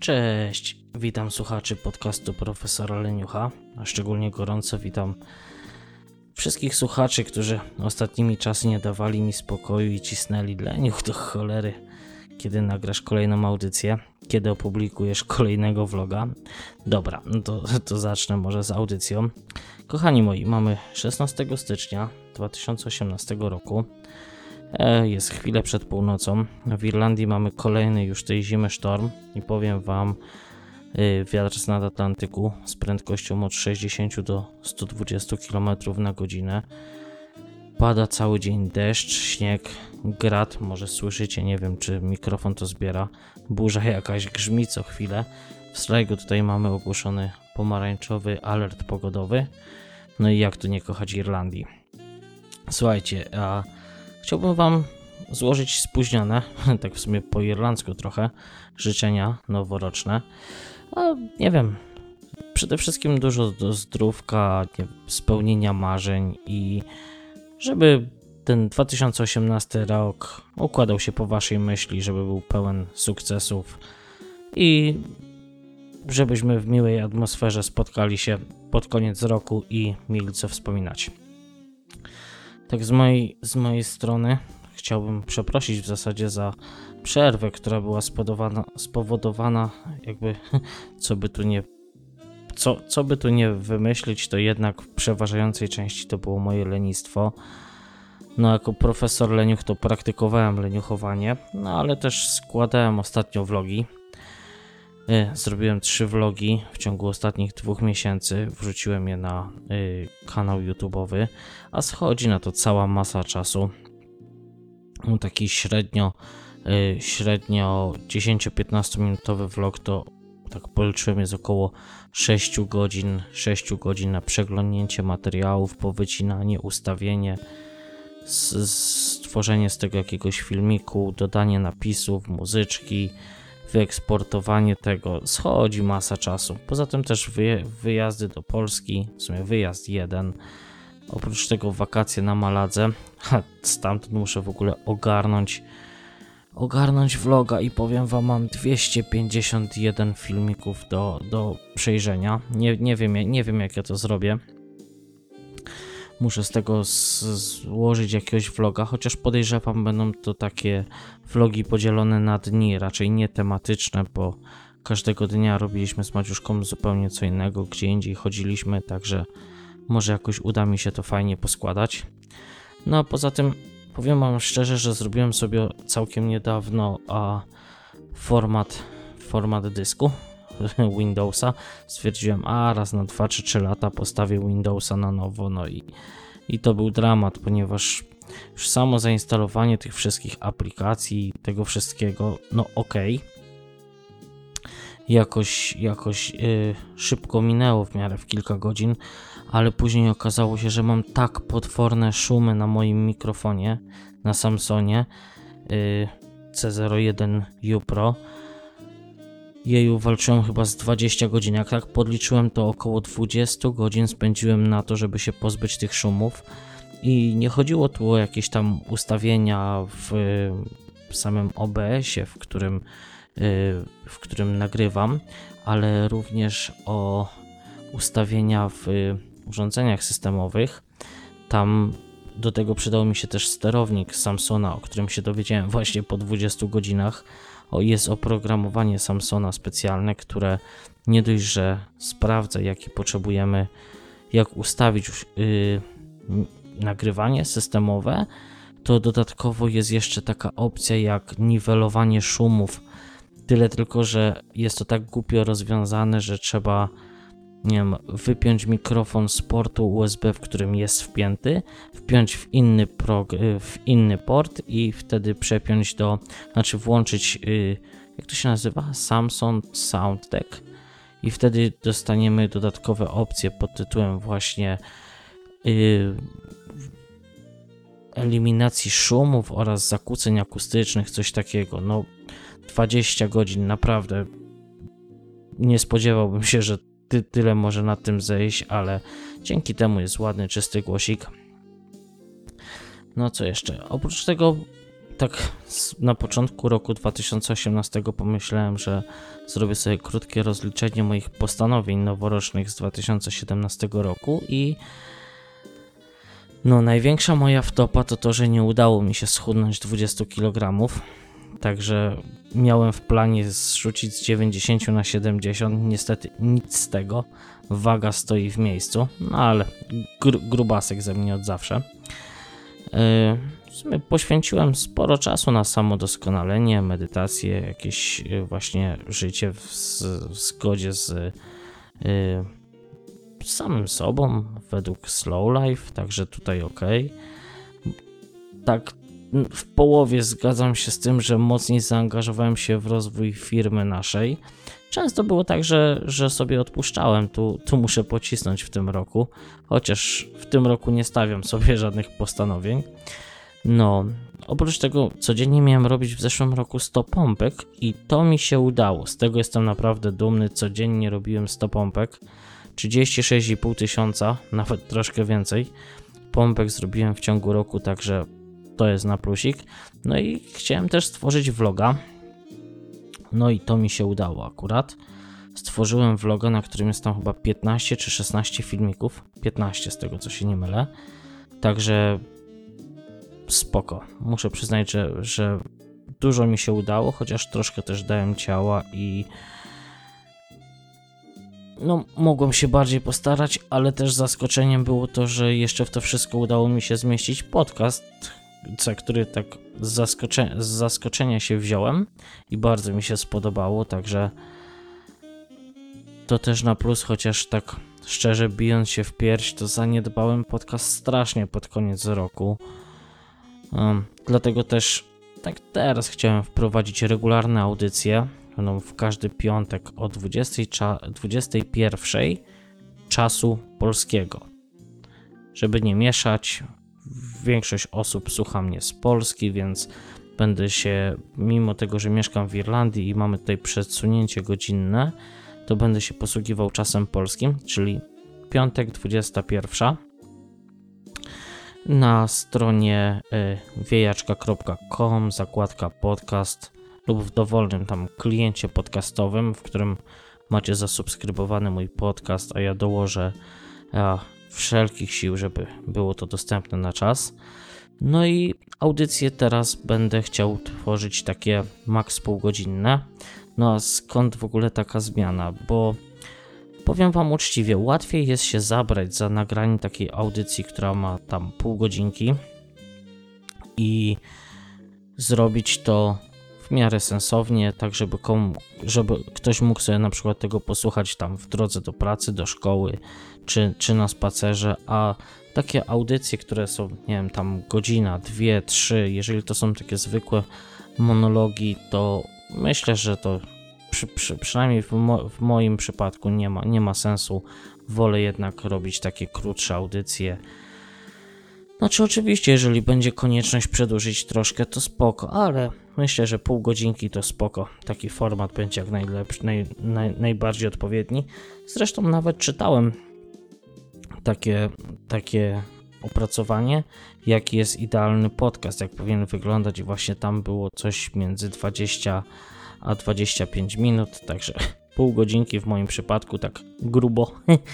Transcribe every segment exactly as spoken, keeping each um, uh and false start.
Cześć, witam słuchaczy podcastu Profesora Leniucha, a szczególnie gorąco witam wszystkich słuchaczy, którzy ostatnimi czasy nie dawali mi spokoju i cisnęli: Leniuch, do cholery, kiedy nagrasz kolejną audycję, kiedy opublikujesz kolejnego vloga. Dobra, no to, to zacznę może z audycją. Kochani moi, mamy szesnastego stycznia dwa tysiące osiemnastego roku. Jest chwilę przed północą. W Irlandii mamy kolejny już tej zimy sztorm i powiem wam, wiatr z Atlantyku z prędkością od sześćdziesiąt do stu dwudziestu kilometrów na godzinę. Pada cały dzień deszcz, śnieg, grad, może słyszycie, nie wiem czy mikrofon to zbiera. Burza jakaś grzmi co chwilę. W Sligo tutaj mamy ogłoszony pomarańczowy alert pogodowy. No i jak tu nie kochać Irlandii? Słuchajcie, a chciałbym wam złożyć spóźnione, tak w sumie po irlandzku trochę, życzenia noworoczne. A nie wiem, przede wszystkim dużo do zdrówka, nie, spełnienia marzeń i żeby ten dwa tysiące osiemnasty rok układał się po waszej myśli, żeby był pełen sukcesów i żebyśmy w miłej atmosferze spotkali się pod koniec roku i mieli co wspominać. Tak z mojej, z mojej strony chciałbym przeprosić w zasadzie za przerwę, która była spowodowana, spowodowana jakby, co by tu nie co, co by tu nie wymyślić, to jednak w przeważającej części to było moje lenistwo. No jako profesor leniuch to praktykowałem leniuchowanie, no ale też składałem ostatnio vlogi. Zrobiłem trzy vlogi w ciągu ostatnich dwóch miesięcy, wrzuciłem je na y, kanał YouTube'owy, a schodzi na to cała masa czasu. Taki średnio, y, średnio dziesięcio-piętnasto minutowy vlog to, tak policzyłem, jest około sześć godzin, sześć godzin na przeglądnięcie materiałów, powycinanie, ustawienie, s- stworzenie z tego jakiegoś filmiku, dodanie napisów, muzyczki, wyeksportowanie tego, schodzi masa czasu. Poza tym też wyje, wyjazdy do Polski, w sumie wyjazd jeden. Oprócz tego wakacje na Maladze. Ha, stamtąd muszę w ogóle ogarnąć ogarnąć vloga i powiem wam, mam dwieście pięćdziesiąt jeden filmików do, do przejrzenia. Nie, nie, wiem, nie wiem jak ja to zrobię. Muszę z tego z, złożyć jakiegoś vloga, chociaż podejrzewam, będą to takie vlogi podzielone na dni, raczej nie tematyczne, bo każdego dnia robiliśmy z Maciuszką zupełnie co innego, gdzie indziej chodziliśmy, także może jakoś uda mi się to fajnie poskładać. No a poza tym powiem wam szczerze, że zrobiłem sobie całkiem niedawno a format, format dysku Windowsa. Stwierdziłem, a raz na dwa czy trzy lata postawię Windowsa na nowo, no i, i to był dramat, ponieważ już samo zainstalowanie tych wszystkich aplikacji, tego wszystkiego, no okej, okay. jakoś, jakoś yy, szybko minęło w miarę w kilka godzin, ale później okazało się, że mam tak potworne szumy na moim mikrofonie, na Samsonie yy, C zero jeden U Pro. Jeju, walczyłem chyba z dwadzieścia godzin, jak tak podliczyłem, to około dwadzieścia godzin spędziłem na to, żeby się pozbyć tych szumów i nie chodziło tu o jakieś tam ustawienia w, w samym O B S-ie, w którym, w którym nagrywam, ale również o ustawienia w urządzeniach systemowych. Tam do tego przydał mi się też sterownik Samsona, o którym się dowiedziałem właśnie po dwudziestu godzinach. O, jest oprogramowanie Samsona specjalne, które nie dość, że sprawdza jaki potrzebujemy, jak ustawić yy, nagrywanie systemowe, to dodatkowo jest jeszcze taka opcja jak niwelowanie szumów. Tyle tylko, że jest to tak głupio rozwiązane, że trzeba, nie wiem, wypiąć mikrofon z portu U S B, w którym jest wpięty, wpiąć w inny, prog- w inny port i wtedy przepiąć do, znaczy włączyć, yy, jak to się nazywa? Samsung Sound Deck i wtedy dostaniemy dodatkowe opcje pod tytułem właśnie yy, eliminacji szumów oraz zakłóceń akustycznych, coś takiego. No dwadzieścia godzin, naprawdę nie spodziewałbym się, że Ty, tyle może na tym zejść, ale dzięki temu jest ładny, czysty głosik. No co jeszcze? Oprócz tego tak na początku roku dwa tysiące osiemnastego pomyślałem, że zrobię sobie krótkie rozliczenie moich postanowień noworocznych z dwa tysiące siedemnastego roku i no największa moja wtopa to to, że nie udało mi się schudnąć dwadzieścia kilogramów, także miałem w planie zrzucić z dziewięćdziesiąt na siedemdziesiąt, niestety nic z tego, waga stoi w miejscu, no ale gr- grubasek ze mnie od zawsze. Yy, w sumie poświęciłem sporo czasu na samodoskonalenie, medytację, jakieś yy, właśnie życie w, w zgodzie z yy, samym sobą, według Slow Life, także tutaj ok. Tak, w połowie zgadzam się z tym, że mocniej zaangażowałem się w rozwój firmy naszej. Często było tak, że, że sobie odpuszczałem, tu, tu muszę pocisnąć w tym roku, chociaż w tym roku nie stawiam sobie żadnych postanowień. No, oprócz tego codziennie miałem robić w zeszłym roku sto pompek i to mi się udało, z tego jestem naprawdę dumny, codziennie robiłem sto pompek, trzydzieści sześć i pół tysiąca, nawet troszkę więcej pompek zrobiłem w ciągu roku, także to jest na plusik. No i chciałem też stworzyć vloga. No i to mi się udało akurat. Stworzyłem vloga, na którym jest tam chyba piętnaście czy szesnaście filmików. piętnaście z tego co się nie mylę. Także spoko. Muszę przyznać, że, że dużo mi się udało, chociaż troszkę też dałem ciała i no mogłem się bardziej postarać, ale też zaskoczeniem było to, że jeszcze w to wszystko udało mi się zmieścić podcast, za który tak z, zaskocze- z zaskoczenia się wziąłem i bardzo mi się spodobało, także to też na plus, chociaż tak szczerze bijąc się w pierś, to zaniedbałem podcast strasznie pod koniec roku. Um, dlatego też tak teraz chciałem wprowadzić regularne audycje, będą w każdy piątek o dwudziestej pierwszej czasu polskiego. Żeby nie mieszać, większość osób słucha mnie z Polski, więc będę się, mimo tego, że mieszkam w Irlandii i mamy tutaj przesunięcie godzinne, to będę się posługiwał czasem polskim, czyli piątek dwudziesta pierwsza na stronie y, wiejaczka kropka com, zakładka podcast lub w dowolnym tam kliencie podcastowym, w którym macie zasubskrybowany mój podcast, a ja dołożę a, wszelkich sił, żeby było to dostępne na czas. No i audycje teraz będę chciał tworzyć takie maks półgodzinne. No a skąd w ogóle taka zmiana? Bo powiem wam uczciwie, łatwiej jest się zabrać za nagranie takiej audycji, która ma tam pół godzinki i zrobić to w miarę sensownie, tak żeby, komu, żeby ktoś mógł sobie na przykład tego posłuchać tam w drodze do pracy, do szkoły, czy, czy na spacerze, a takie audycje, które są, nie wiem, tam godzina, dwie, trzy, jeżeli to są takie zwykłe monologi, to myślę, że to przy, przy, przynajmniej w, mo, w moim przypadku nie ma, nie ma sensu. Wolę jednak robić takie krótsze audycje. Znaczy oczywiście, jeżeli będzie konieczność przedłużyć troszkę, to spoko, ale myślę, że pół godzinki to spoko. Taki format będzie jak najlepszy, naj, naj, najbardziej odpowiedni. Zresztą nawet czytałem takie, takie opracowanie, jaki jest idealny podcast, jak powinien wyglądać i właśnie tam było coś między dwadzieścia a dwadzieścia pięć minut, także pół godzinki w moim przypadku tak grubo,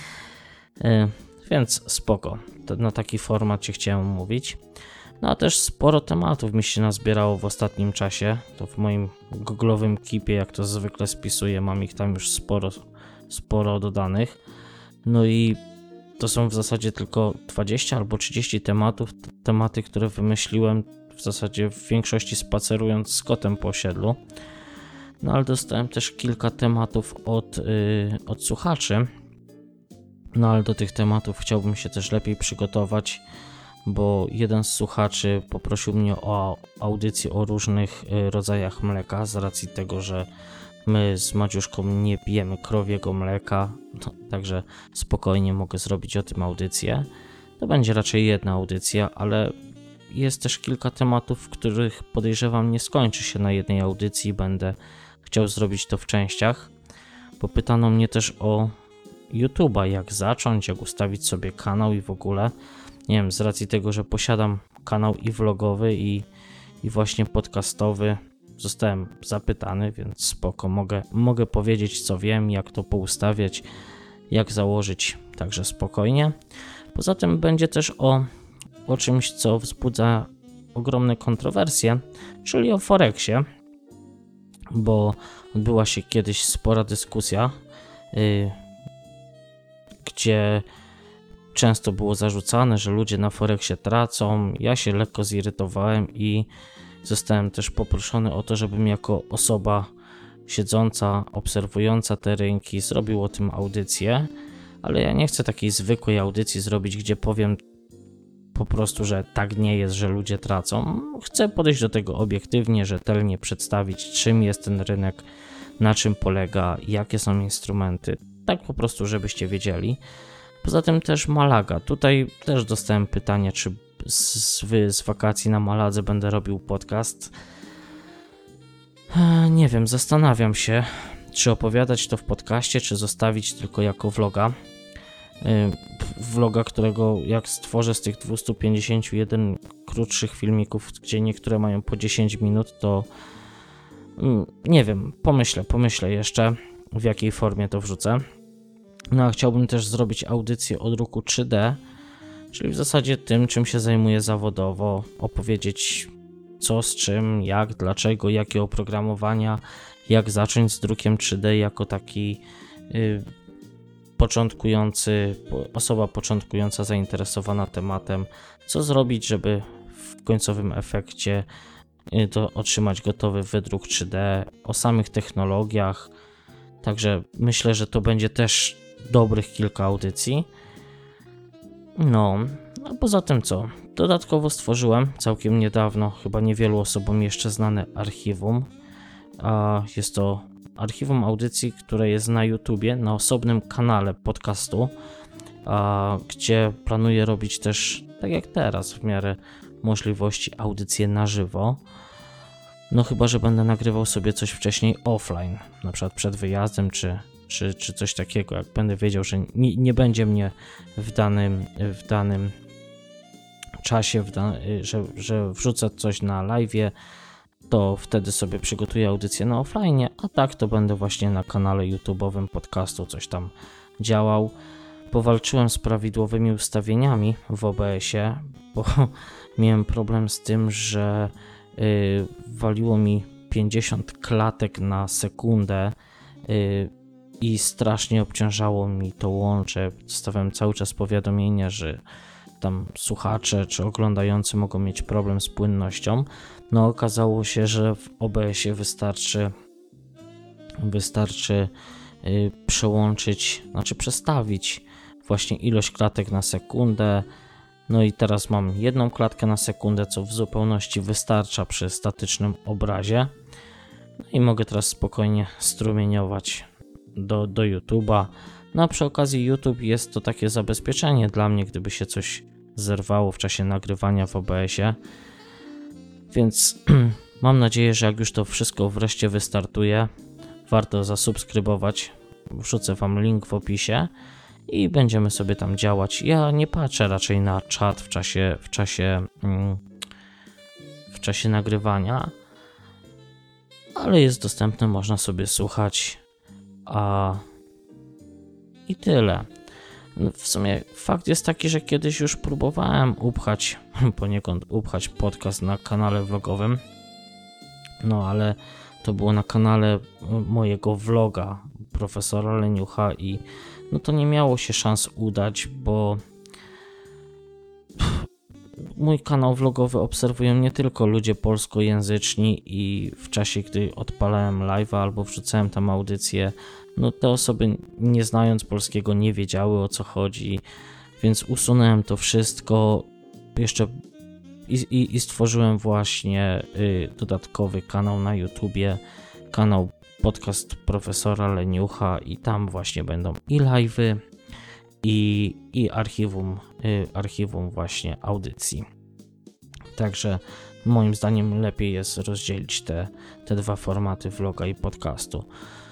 więc spoko, to na taki format się chciałem mówić. No a też sporo tematów mi się nazbierało w ostatnim czasie, to w moim googlowym keepie, jak to zwykle spisuję, mam ich tam już sporo, sporo dodanych, no i to są w zasadzie tylko dwadzieścia albo trzydzieści tematów, tematy, które wymyśliłem w zasadzie w większości spacerując z kotem po osiedlu. No ale dostałem też kilka tematów od, yy, od słuchaczy, no ale do tych tematów chciałbym się też lepiej przygotować, bo jeden z słuchaczy poprosił mnie o audycję o różnych yy, rodzajach mleka z racji tego, że my z Madziuszką nie pijemy krowiego mleka, no, także spokojnie mogę zrobić o tym audycję. To będzie raczej jedna audycja, ale jest też kilka tematów, których podejrzewam nie skończy się na jednej audycji. Będę chciał zrobić to w częściach, bo pytano mnie też o YouTube'a, jak zacząć, jak ustawić sobie kanał i w ogóle. Nie wiem, z racji tego, że posiadam kanał i vlogowy i, i właśnie podcastowy. Zostałem zapytany, więc spoko, mogę, mogę powiedzieć co wiem, jak to poustawiać, jak założyć, także spokojnie. Poza tym będzie też o, o czymś, co wzbudza ogromne kontrowersje, czyli o Forexie, bo odbyła się kiedyś spora dyskusja, yy, gdzie często było zarzucane, że ludzie na Forexie tracą. Ja się lekko zirytowałem i zostałem też poproszony o to, żebym jako osoba siedząca, obserwująca te rynki zrobił o tym audycję, ale ja nie chcę takiej zwykłej audycji zrobić, gdzie powiem po prostu, że tak nie jest, że ludzie tracą. Chcę podejść do tego obiektywnie, rzetelnie przedstawić, czym jest ten rynek, na czym polega, jakie są instrumenty, tak po prostu, żebyście wiedzieli. Poza tym też Malaga. Tutaj też dostałem pytanie, czy z, z wakacji na Maladze będę robił podcast. E, nie wiem, zastanawiam się, czy opowiadać to w podcaście, czy zostawić tylko jako vloga. E, vloga, którego jak stworzę z tych dwieście pięćdziesiąt jeden krótszych filmików, gdzie niektóre mają po dziesięć minut, to mm, nie wiem, pomyślę, pomyślę jeszcze, w jakiej formie to wrzucę. No a chciałbym też zrobić audycję o druku trzy D, czyli w zasadzie tym, czym się zajmuję zawodowo, opowiedzieć co z czym, jak, dlaczego, jakie oprogramowania, jak zacząć z drukiem trzy D jako taki yy, początkujący, osoba początkująca zainteresowana tematem, co zrobić, żeby w końcowym efekcie yy, to otrzymać gotowy wydruk trzy D, o samych technologiach, także myślę, że to będzie też dobrych kilka audycji. No, a poza tym co? Dodatkowo stworzyłem całkiem niedawno, chyba niewielu osobom jeszcze znane archiwum. A jest to archiwum audycji, które jest na YouTubie, na osobnym kanale podcastu, a gdzie planuję robić też, tak jak teraz, w miarę możliwości, audycje na żywo. No chyba, że będę nagrywał sobie coś wcześniej offline, na przykład przed wyjazdem, czy Czy, czy coś takiego, jak będę wiedział, że nie, nie będzie mnie w danym, w danym czasie, w da, że, że wrzucę coś na live'ie, to wtedy sobie przygotuję audycję na offline, a tak to będę właśnie na kanale YouTube'owym podcastu coś tam działał. Powalczyłem z prawidłowymi ustawieniami w O B S-ie, bo miałem problem z tym, że yy, waliło mi pięćdziesiąt klatek na sekundę, yy, i strasznie obciążało mi to łącze. Dostawałem cały czas powiadomienia, że tam słuchacze czy oglądający mogą mieć problem z płynnością. No okazało się, że w O B S-ie wystarczy wystarczy yy, przełączyć, znaczy przestawić właśnie ilość klatek na sekundę. No i teraz mam jedną klatkę na sekundę, co w zupełności wystarcza przy statycznym obrazie. No i mogę teraz spokojnie strumieniować do, do YouTube'a. No a przy okazji YouTube jest to takie zabezpieczenie dla mnie, gdyby się coś zerwało w czasie nagrywania w O B S-ie. Więc mam nadzieję, że jak już to wszystko wreszcie wystartuje, warto zasubskrybować. Wrzucę wam link w opisie i będziemy sobie tam działać. Ja nie patrzę raczej na czat w czasie, w czasie, w czasie nagrywania, ale jest dostępne, można sobie słuchać. A i tyle. W sumie fakt jest taki, że kiedyś już próbowałem upchać, poniekąd upchać podcast na kanale vlogowym, no ale to było na kanale mojego vloga, profesora Leniucha, i no to nie miało się szans udać, bo mój kanał vlogowy obserwują nie tylko ludzie polskojęzyczni i w czasie, gdy odpalałem live'a albo wrzucałem tam audycję, no te osoby, nie znając polskiego, nie wiedziały, o co chodzi, więc usunąłem to wszystko jeszcze i, i, i stworzyłem właśnie y, dodatkowy kanał na YouTubie, kanał podcast profesora Leniucha, i tam właśnie będą i live'y, i, i archiwum, y, archiwum właśnie audycji. Także moim zdaniem lepiej jest rozdzielić te, te dwa formaty vloga i podcastu.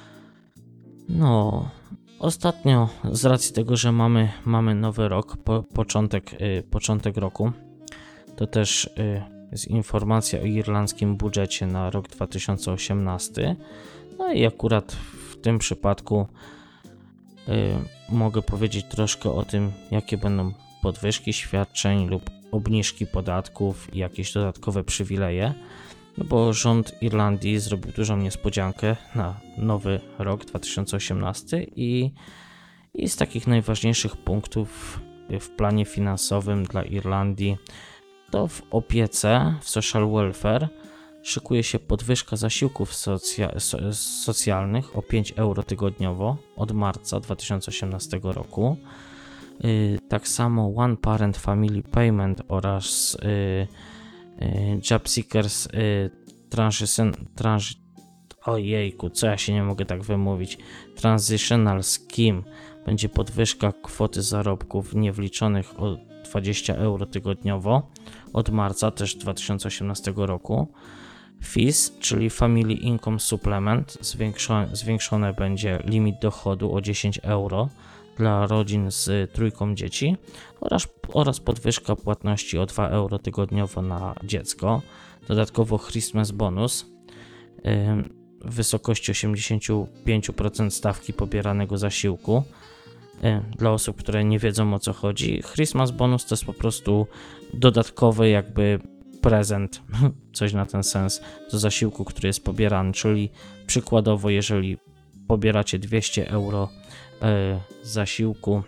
No, ostatnio z racji tego, że mamy, mamy nowy rok, po, początek, y, początek roku, to też y, jest informacja o irlandzkim budżecie na rok dwa tysiące osiemnasty. No i akurat w tym przypadku yy, mogę powiedzieć troszkę o tym, jakie będą podwyżki świadczeń lub obniżki podatków i jakieś dodatkowe przywileje. No bo rząd Irlandii zrobił dużą niespodziankę na nowy rok dwa tysiące osiemnasty i, i z takich najważniejszych punktów w planie finansowym dla Irlandii to w opiece, w social welfare szykuje się podwyżka zasiłków socja- so- socjalnych o pięć euro tygodniowo od marca dwa tysiące osiemnastego roku. Yy, tak samo One Parent Family Payment oraz yy, yy, Job Seekers yy, Transition, trans, ojejku, co ja się nie mogę tak wymówić, Transitional Scheme, będzie podwyżka kwoty zarobków niewliczonych o dwadzieścia euro tygodniowo od marca też dwa tysiące osiemnastego roku. F I S, czyli Family Income Supplement, zwiększone, zwiększone będzie limit dochodu o dziesięć euro dla rodzin z trójką dzieci oraz, oraz podwyżka płatności o dwa euro tygodniowo na dziecko. Dodatkowo Christmas bonus yy, w wysokości osiemdziesiąt pięć procent stawki pobieranego zasiłku. Yy, dla osób, które nie wiedzą, o co chodzi, Christmas bonus to jest po prostu dodatkowy jakby prezent, coś na ten sens, do zasiłku, który jest pobierany, czyli przykładowo jeżeli pobieracie dwieście euro yy, zasiłku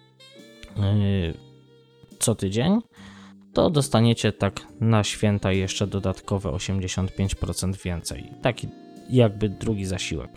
yy, co tydzień, to dostaniecie tak na święta jeszcze dodatkowe osiemdziesiąt pięć procent więcej. Taki jakby drugi zasiłek.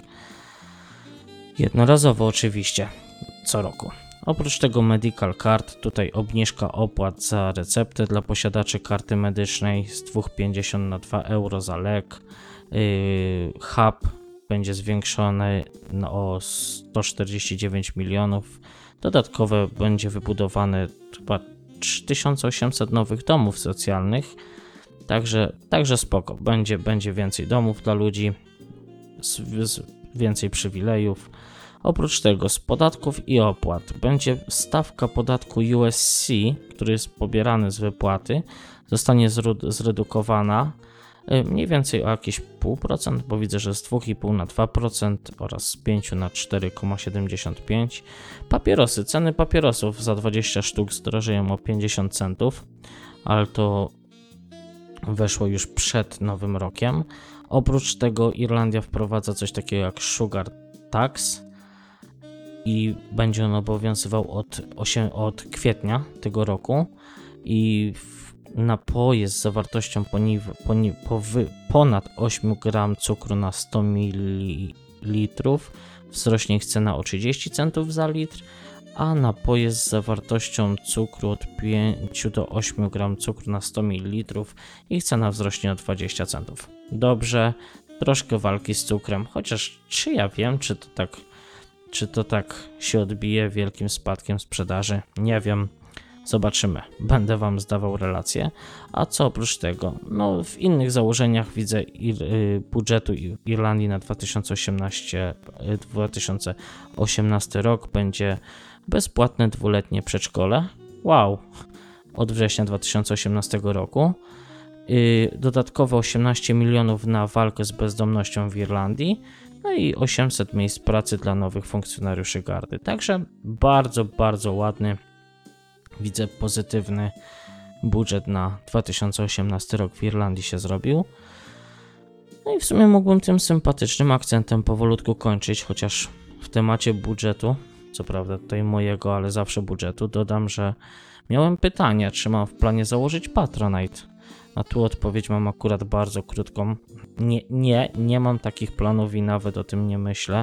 Jednorazowo oczywiście, co roku. Oprócz tego Medical Card, tutaj obniżka opłat za receptę dla posiadaczy karty medycznej z dwa pięćdziesiąt na dwa euro za lek. Yy, hub będzie zwiększony o sto czterdzieści dziewięć milionów. Dodatkowo będzie wybudowane chyba trzy tysiące osiemset nowych domów socjalnych. Także, także spoko. Będzie, będzie więcej domów dla ludzi, z, z, więcej przywilejów. Oprócz tego z podatków i opłat będzie stawka podatku U S C, który jest pobierany z wypłaty, zostanie zredukowana mniej więcej o jakieś zero przecinek pięć procent, bo widzę, że z dwa i pół na dwa procent oraz z pięć na cztery przecinek siedemdziesiąt pięć. Papierosy, ceny papierosów za dwadzieścia sztuk zdrożeją o pięćdziesiąt centów, ale to weszło już przed nowym rokiem. Oprócz tego Irlandia wprowadza coś takiego jak sugar tax i będzie on obowiązywał od, od kwietnia tego roku i napoje z zawartością poni, poni, powy, ponad osiem gramów cukru na sto mililitrów wzrośnie ich cena o trzydzieści centów za litr, a napoje z zawartością cukru od pięć do ośmiu gramów cukru na sto mililitrów ich cena wzrośnie o dwadzieścia centów. Dobrze, troszkę walki z cukrem, chociaż czy ja wiem, czy to tak, czy to tak się odbije wielkim spadkiem sprzedaży, nie wiem. Zobaczymy, będę wam zdawał relacje. A co oprócz tego? No w innych założeniach widzę ir, y, budżetu Irlandii na dwa tysiące osiemnasty, dwa tysiące osiemnasty rok będzie bezpłatne dwuletnie przedszkole. Wow! Od września dwa tysiące osiemnastego roku. Y, dodatkowo osiemnaście milionów na walkę z bezdomnością w Irlandii. No i osiemset miejsc pracy dla nowych funkcjonariuszy gardy. Także bardzo, bardzo ładny, widzę pozytywny budżet na dwa tysiące osiemnasty rok w Irlandii się zrobił. No i w sumie mógłbym tym sympatycznym akcentem powolutku kończyć, chociaż w temacie budżetu, co prawda tutaj mojego, ale zawsze budżetu, dodam, że miałem pytanie, czy mam w planie założyć Patronite. A tu odpowiedź mam akurat bardzo krótką. Nie, nie, nie mam takich planów i nawet o tym nie myślę.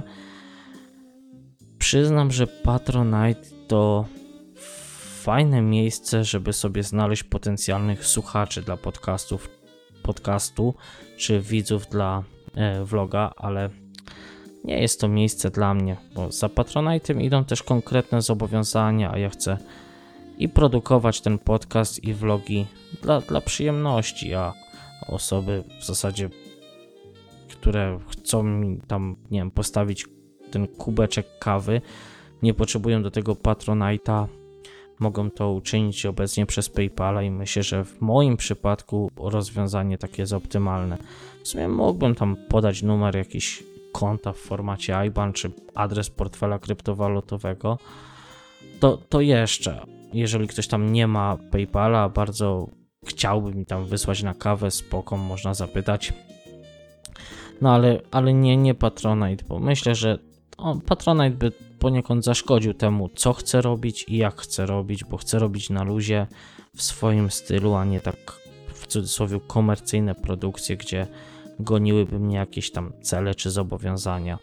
Przyznam, że Patronite to fajne miejsce, żeby sobie znaleźć potencjalnych słuchaczy dla podcastów, podcastu, czy widzów dla e, vloga, ale nie jest to miejsce dla mnie, bo za Patronite'em idą też konkretne zobowiązania, a ja chcę i produkować ten podcast i vlogi dla, dla przyjemności, a osoby w zasadzie, które chcą mi tam, nie wiem, postawić ten kubeczek kawy, nie potrzebują do tego Patronite'a mogą to uczynić obecnie przez PayPala i myślę, że w moim przypadku rozwiązanie takie jest optymalne. W sumie mógłbym tam podać numer jakiś konta w formacie I B A N czy adres portfela kryptowalutowego. To, to jeszcze, jeżeli ktoś tam nie ma PayPala, bardzo chciałby mi tam wysłać na kawę, spoko, można zapytać. No ale, ale nie, nie Patronite, bo myślę, że o, Patronite by poniekąd zaszkodził temu, co chcę robić i jak chcę robić, bo chcę robić na luzie w swoim stylu, a nie tak w cudzysłowie komercyjne produkcje, gdzie goniłyby mnie jakieś tam cele czy zobowiązania.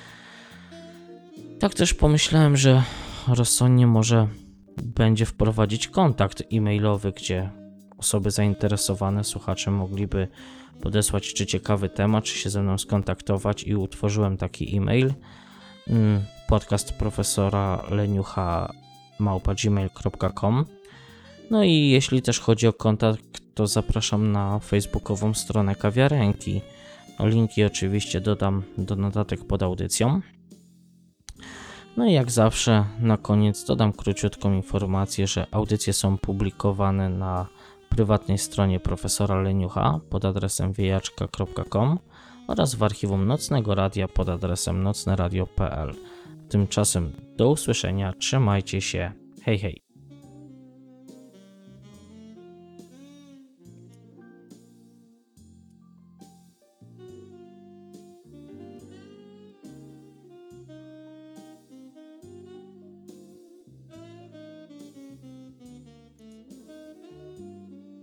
Tak też pomyślałem, że rozsądnie może będzie wprowadzić kontakt e-mailowy, gdzie osoby zainteresowane, słuchacze mogliby podesłać czy ciekawy temat, czy się ze mną skontaktować i utworzyłem taki e-mail podcast profesora leniucha małpa gmail kropka com. No i jeśli też chodzi o kontakt, to zapraszam na facebookową stronę kawiarenki. Linki oczywiście dodam do notatek pod audycją. No i jak zawsze na koniec dodam króciutką informację, że audycje są publikowane na prywatnej stronie profesora Leniucha pod adresem wiejaczka kropka com oraz w archiwum Nocnego Radia pod adresem nocne radio kropka p l. Tymczasem do usłyszenia, trzymajcie się, hej hej.